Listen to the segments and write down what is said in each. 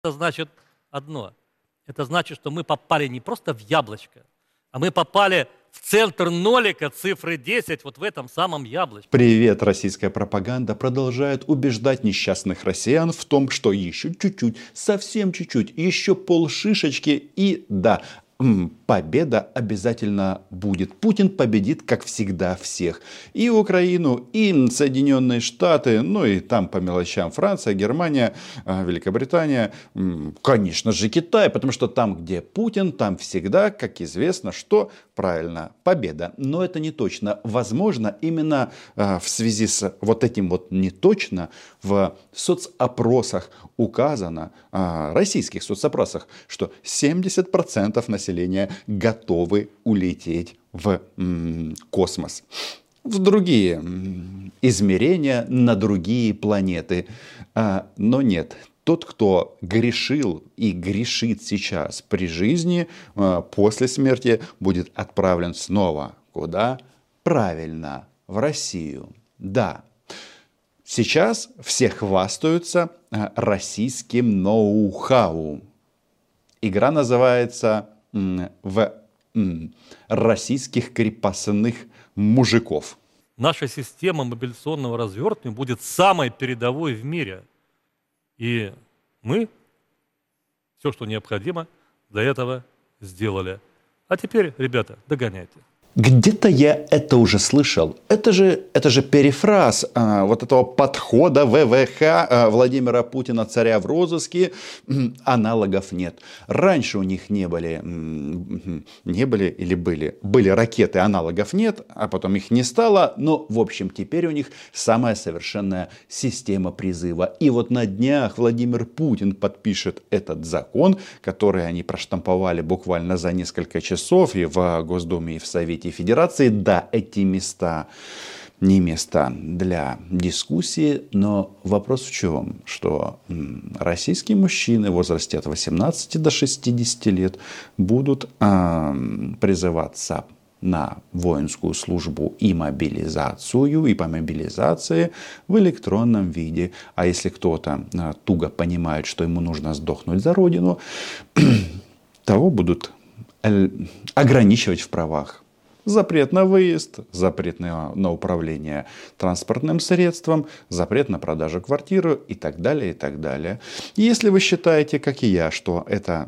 Это значит одно. Это значит, что мы попали не просто в яблочко, а мы попали в центр нолика цифры 10, вот в этом самом яблочке. Привет, российская пропаганда продолжает убеждать несчастных россиян в том, что еще чуть-чуть, совсем чуть-чуть, еще полшишечки и да, победа обязательно будет. Путин победит, как всегда, всех. И Украину, и Соединенные Штаты, ну и там по мелочам Франция, Германия, Великобритания, конечно же Китай, потому что там, где Путин, там всегда, как известно, что правильно, победа. Но это не точно. Возможно, именно в связи с вот этим вот не точно в соцопросах указано, российских соцопросах, что 70% населения готовы улететь в космос, в другие измерения, на другие планеты. Но нет, тот, кто грешил и грешит сейчас при жизни, после смерти будет отправлен снова. Куда? Правильно, в Россию. Да. Сейчас все хвастаются российским ноу-хау. Игра называется в российских крепостных мужиков. Наша система мобилизационного развертывания будет самой передовой в мире. И мы все, что необходимо, для этого сделали. А теперь, ребята, догоняйте. Где-то я это уже слышал. Это же перефраз вот этого подхода ВВХ Владимира Путина, царя в розыске. Аналогов нет. Раньше у них не были или были ракеты, аналогов нет, а потом их не стало. Но, в общем, теперь у них самая совершенная система призыва. И вот на днях Владимир Путин подпишет этот закон, который они проштамповали буквально за несколько часов и в Госдуме, и в Совете Федерации. Да, эти места не места для дискуссии, но вопрос в чем? Что российские мужчины в возрасте от 18 до 60 лет будут призываться на воинскую службу и мобилизацию, и по мобилизации в электронном виде. А если кто-то туго понимает, что ему нужно сдохнуть за родину, того будут ограничивать в правах. Запрет на выезд, запрет на управление транспортным средством, запрет на продажу квартиры и так далее, и так далее. Если вы считаете, как и я, что это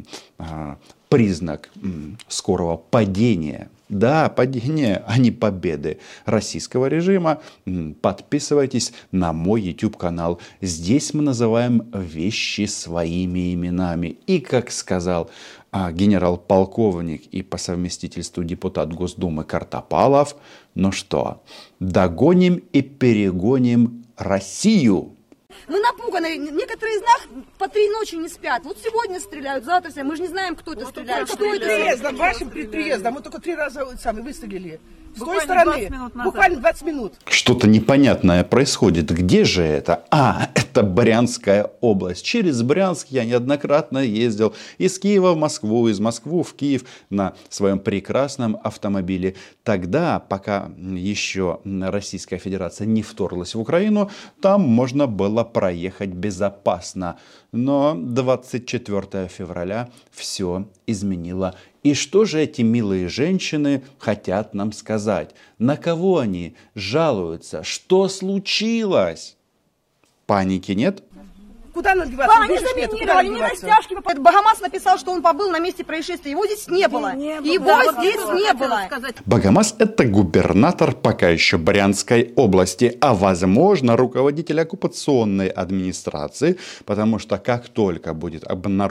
признак скорого падения, да, падения, а не победы российского режима, подписывайтесь на мой YouTube-канал. Здесь мы называем вещи своими именами. И, как сказал генерал-полковник и по совместительству депутат Госдумы Картопалов, ну что, догоним и перегоним Россию. Мы напуганы. Некоторые из нас по 3 ночи не спят. Вот сегодня стреляют, завтра стреляют. Мы же не знаем, кто это стреляет. Что это? Приездом, вашим приездом. Мы только 3 раза сами выстрелили. С той стороны. Буквально 20 минут. Что-то непонятное происходит. Где же это? Это Брянская область. Через Брянск я неоднократно ездил из Киева в Москву, из Москвы в Киев на своем прекрасном автомобиле. Тогда, пока еще Российская Федерация не вторглась в Украину, там можно было проехать безопасно. Но 24 февраля все изменило. И что же эти милые женщины хотят нам сказать? На кого они жалуются? Что случилось? Паники нет? Куда нам деваться? Они заминировали, не растяжки. Богомаз написал, что он побыл на месте происшествия. Его здесь не было. Его здесь не было. Богомаз – это губернатор пока еще Брянской области, а возможно руководитель оккупационной администрации, потому что как только будет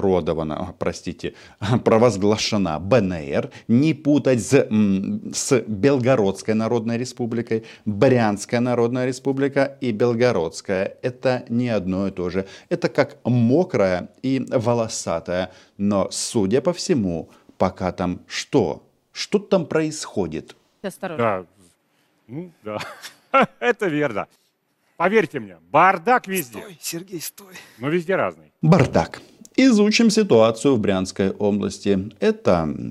провозглашена БНР, не путать с Белгородской Народной Республикой, Брянская Народная Республика и Белгородская – это не одно и то же. Это как мокрая и волосатая. Но, судя по всему, пока там что? Что там происходит? Да, да. Это верно. Поверьте мне, бардак везде. Стой, Сергей, стой. Но везде разный. Бардак. Изучим ситуацию в Брянской области. Это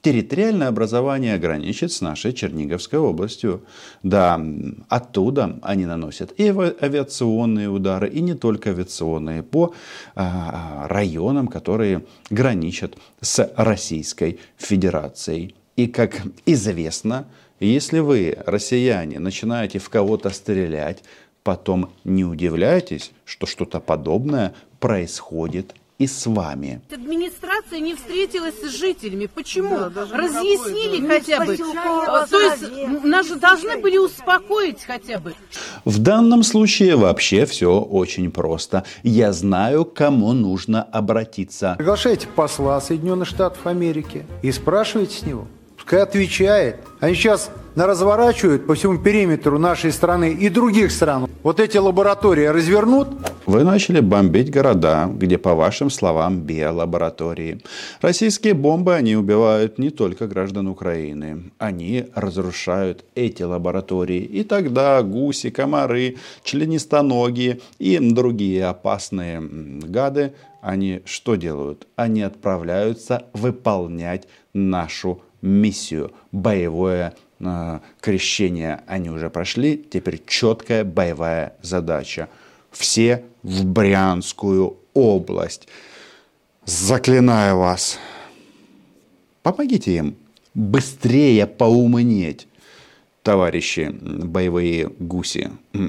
Территориальное образование граничит с нашей Черниговской областью. Да, оттуда они наносят и авиационные удары, и не только авиационные, по районам, которые граничат с Российской Федерацией. И, как известно, если вы, россияне, начинаете в кого-то стрелять, потом не удивляйтесь, что что-то подобное происходит и с вами. Администрация не встретилась с жителями. Почему? Разъяснили хотя бы. То есть нас же должны были успокоить хотя бы. В данном случае вообще все очень просто. Я знаю, к кому нужно обратиться. Приглашайте посла Соединенных Штатов Америки и спрашивайте с него. Пускай отвечает. Они сейчас разворачивают по всему периметру нашей страны и других стран. Вот эти лаборатории развернут. Вы начали бомбить города, где, по вашим словам, биолаборатории. Российские бомбы, они убивают не только граждан Украины. Они разрушают эти лаборатории. И тогда гуси, комары, членистоногие и другие опасные гады, они что делают? Они отправляются выполнять нашу миссию. Боевое крещение они уже прошли. Теперь четкая боевая задача. Все в Брянскую область. Заклинаю вас, помогите им быстрее поумнеть, товарищи боевые гуси.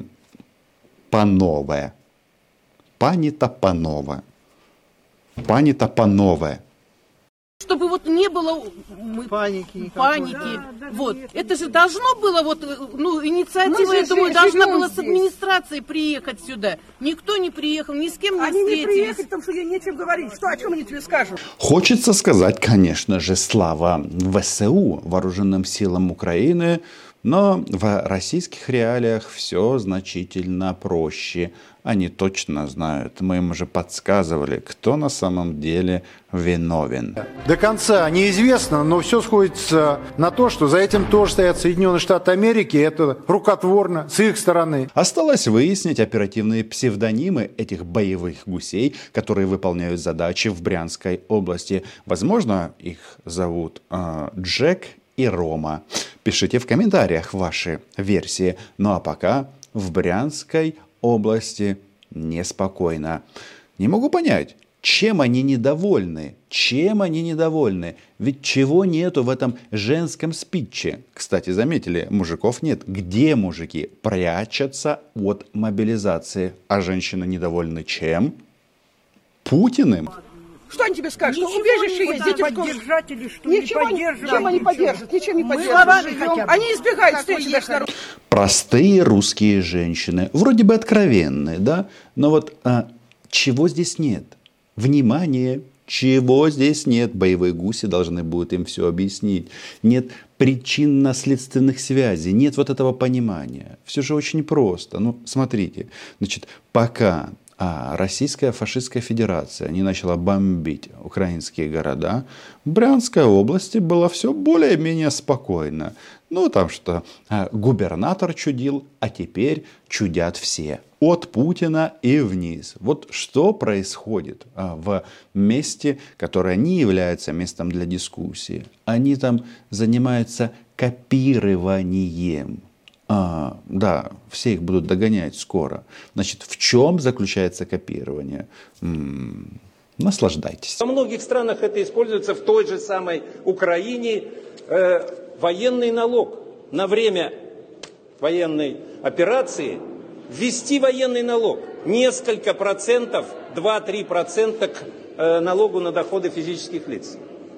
Панове. Пані-та панове. Пані-та панове. Чтобы вот не было паники. Вот. Это же должно было, инициатива, я думаю, должна была с администрацией приехать сюда. Никто не приехал, ни с кем не встретились. Они не приехали, потому что ей нечем говорить. Что, о чем они тебе скажут? Хочется сказать, конечно же, слава ВСУ, Вооруженным силам Украины, но в российских реалиях все значительно проще. Они точно знают, мы им уже подсказывали, кто на самом деле виновен. До конца неизвестно, но все сходится на то, что за этим тоже стоят Соединенные Штаты Америки. Это рукотворно с их стороны. Осталось выяснить оперативные псевдонимы этих боевых гусей, которые выполняют задачи в Брянской области. Возможно, их зовут Джек и Рома. Пишите в комментариях ваши версии. Ну а пока в Брянской области неспокойно. Не могу понять, чем они недовольны? Чем они недовольны? Ведь чего нету в этом женском спиче? Кстати, заметили, мужиков нет. Где мужики? Прячутся от мобилизации. А женщины недовольны чем? Путиным. Что они тебе скажут? Что убежище есть, дети в школе? Поддержатели, что Ничего, не поддерживают. ничем они поддержат, ничем не поддержат. словами хотя бы. Они избегают встречи даже с народом. Простые русские женщины. Вроде бы откровенные, да? Но вот чего здесь нет? Внимание! Чего здесь нет? Боевые гуси должны будут им все объяснить. Нет причинно-следственных связей, нет вот этого понимания. Все же очень просто. Ну, смотрите, значит, пока Российская фашистская федерация не начала бомбить украинские города, в Брянской области было все более-менее спокойно. Ну, там что губернатор чудил, а теперь чудят все. От Путина и вниз. Вот что происходит в месте, которое не является местом для дискуссии. Они там занимаются копированием. Да, все их будут догонять скоро. Значит, в чем заключается копирование? Наслаждайтесь. Во многих странах это используется, в той же самой Украине, военный налог. На время военной операции ввести военный налог. Несколько процентов, 2-3% к налогу на доходы физических лиц.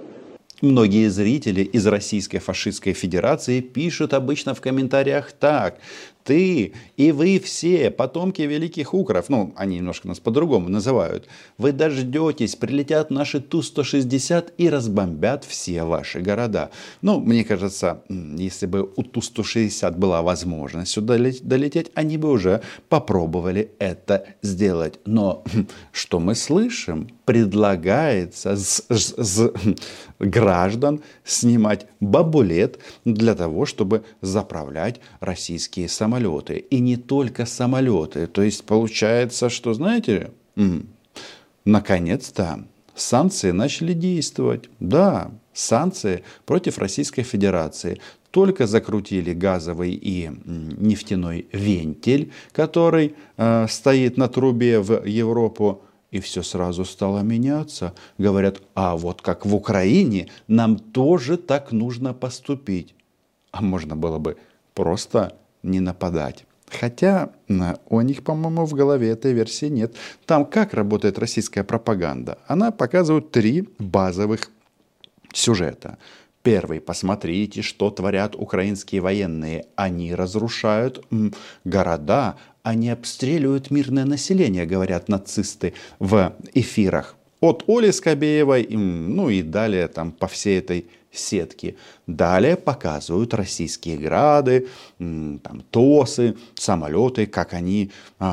Многие зрители из Российской фашистской федерации пишут обычно в комментариях так: ты и вы все, потомки великих укров, ну, они немножко нас по-другому называют, вы дождетесь, прилетят наши Ту-160 и разбомбят все ваши города. Ну, мне кажется, если бы у Ту-160 была возможность сюда долететь, они бы уже попробовали это сделать. Но что мы слышим? Предлагается с граждан снимать бабулет для того, чтобы заправлять российские самолеты. И не только самолеты. То есть получается, что, знаете, наконец-то санкции начали действовать. Да, санкции против Российской Федерации. Только закрутили газовый и нефтяной вентиль, который стоит на трубе в Европу, и все сразу стало меняться. Говорят, а вот как в Украине, нам тоже так нужно поступить. А можно было бы просто не нападать. Хотя у них, по-моему, в голове этой версии нет. Там как работает российская пропаганда? Она показывает 3 базовых сюжета. Первый. Посмотрите, что творят украинские военные. Они разрушают города, они обстреливают мирное население, говорят нацисты в эфирах. От Оли Скобеевой, ну и далее там по всей этой сетке. Далее показывают российские грады, там, ТОСы, самолеты, как они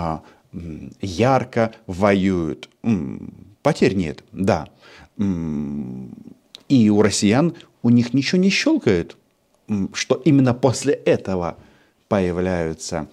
ярко воюют. Потерь нет, да. И у россиян у них ничего не щелкает, что именно после этого появляются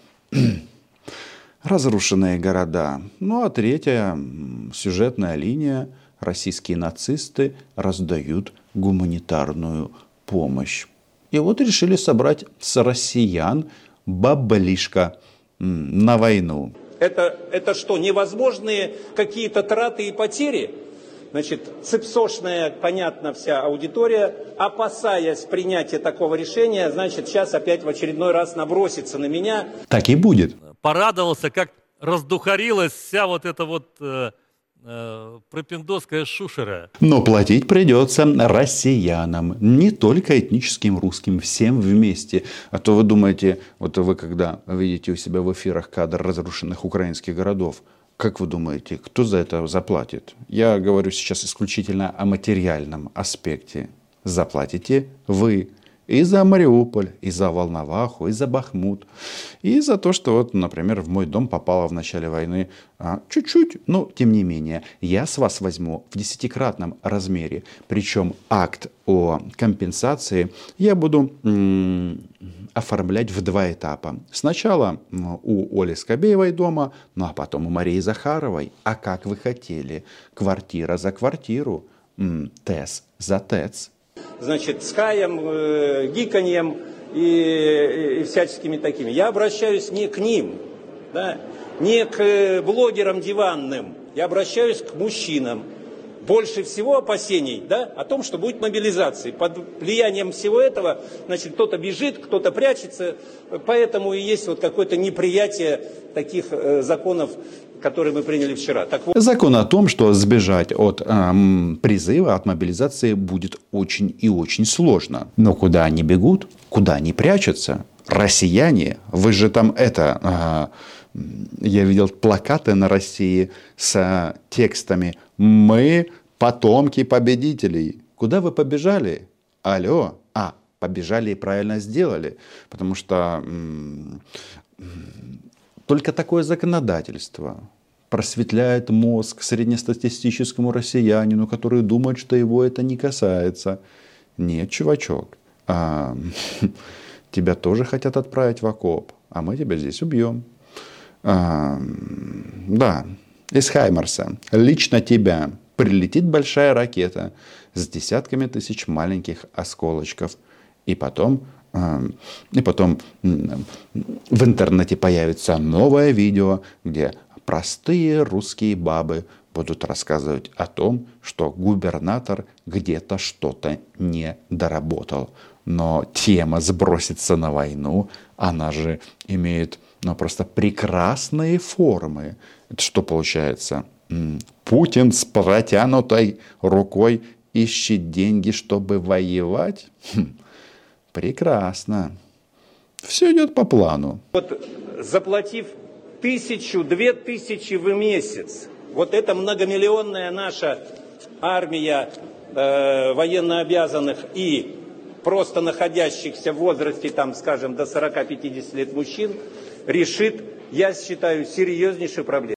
разрушенные города. Ну а третья сюжетная линия. Российские нацисты раздают гуманитарную помощь. И вот решили собрать с россиян баблишко на войну. Это что, невозможные какие-то траты и потери? Значит, цепсошная, понятно, вся аудитория, опасаясь принятия такого решения, значит, сейчас опять в очередной раз набросится на меня. Так и будет. Порадовался, как раздухарилась вся вот эта вот пропиндосская шушера. Но платить придется россиянам, не только этническим русским, всем вместе. А то вы думаете, вот вы когда видите у себя в эфирах кадр разрушенных украинских городов, как вы думаете, кто за это заплатит? Я говорю сейчас исключительно о материальном аспекте. Заплатите вы. И за Мариуполь, и за Волноваху, и за Бахмут. И за то, что, вот, например, в мой дом попало в начале войны чуть-чуть, но тем не менее, я с вас возьму в 10-кратном размере. Причем акт о компенсации я буду оформлять в 2 этапа. Сначала у Оли Скобеевой дома, ну а потом у Марии Захаровой. А как вы хотели? Квартира за квартиру, ТЭЦ за ТЭЦ. Значит, с хаем, гиканьем и всяческими такими. Я обращаюсь не к ним, да, не к блогерам диванным, я обращаюсь к мужчинам. Больше всего опасений, да, о том, что будет мобилизация. Под влиянием всего этого, значит, кто-то бежит, кто-то прячется, поэтому и есть вот какое-то неприятие таких законов, который мы приняли вчера. Так вот... Закон о том, что сбежать от призыва, от мобилизации будет очень и очень сложно. Но куда они бегут, куда они прячутся? Россияне, вы же там я видел плакаты на России с текстами «Мы потомки победителей». Куда вы побежали? Алло. Побежали и правильно сделали. Потому что... Только такое законодательство просветляет мозг среднестатистическому россиянину, который думает, что его это не касается. Нет, чувачок, тебя тоже хотят отправить в окоп, а мы тебя здесь убьем. Да, из Хаймарса лично тебя прилетит большая ракета с десятками тысяч маленьких осколочков, и потом в интернете появится новое видео, где простые русские бабы будут рассказывать о том, что губернатор где-то что-то не доработал. Но тема сброситься на войну, она же имеет просто прекрасные формы. Это что получается? Путин с протянутой рукой ищет деньги, чтобы воевать? Прекрасно. Все идет по плану. Вот заплатив 1000-2000 в месяц, вот эта многомиллионная наша армия военнообязанных и просто находящихся в возрасте, там, скажем, до 40-50 лет мужчин решит, я считаю, серьезнейшую проблему. С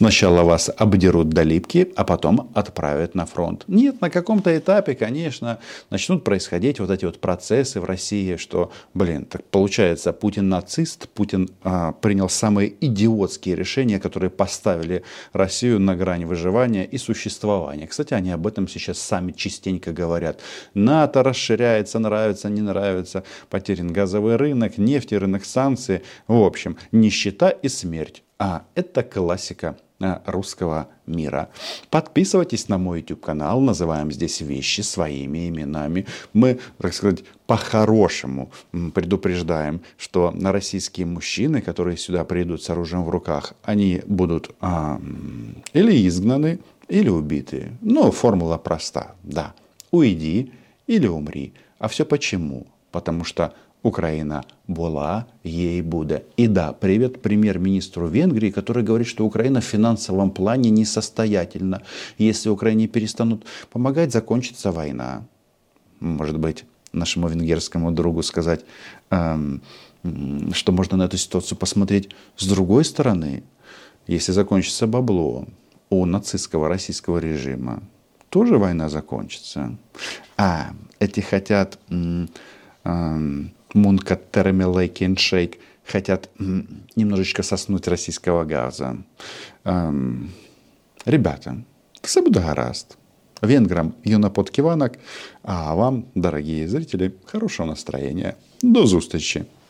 Сначала вас обдерут до липки, а потом отправят на фронт. Нет, на каком-то этапе, конечно, начнут происходить вот эти вот процессы в России, что, так получается, Путин нацист, Путин принял самые идиотские решения, которые поставили Россию на грань выживания и существования. Кстати, они об этом сейчас сами частенько говорят. НАТО расширяется, нравится, не нравится, потерян газовый рынок, нефть, рынок санкций, в общем, нищета и смерть. Это классика русского мира. Подписывайтесь на мой YouTube-канал, называем здесь вещи своими именами. Мы, так сказать, по-хорошему предупреждаем, что российские мужчины, которые сюда придут с оружием в руках, они будут или изгнаны, или убиты. Но формула проста, да. Уйди или умри. А все почему? Потому что Украина была, ей будет. И да, привет премьер-министру Венгрии, который говорит, что Украина в финансовом плане несостоятельна. Если Украине перестанут помогать, закончится война. Может быть, нашему венгерскому другу сказать, что можно на эту ситуацию посмотреть с другой стороны. Если закончится бабло у нацистского российского режима, тоже война закончится. Эти хотят... Мунка Термелейкеншейк хотят немножечко соснуть российского газа. Ребята, все буде гаразд. Венграм юнопод киванок, а вам, дорогие зрители, хорошего настроения. До зустрічі!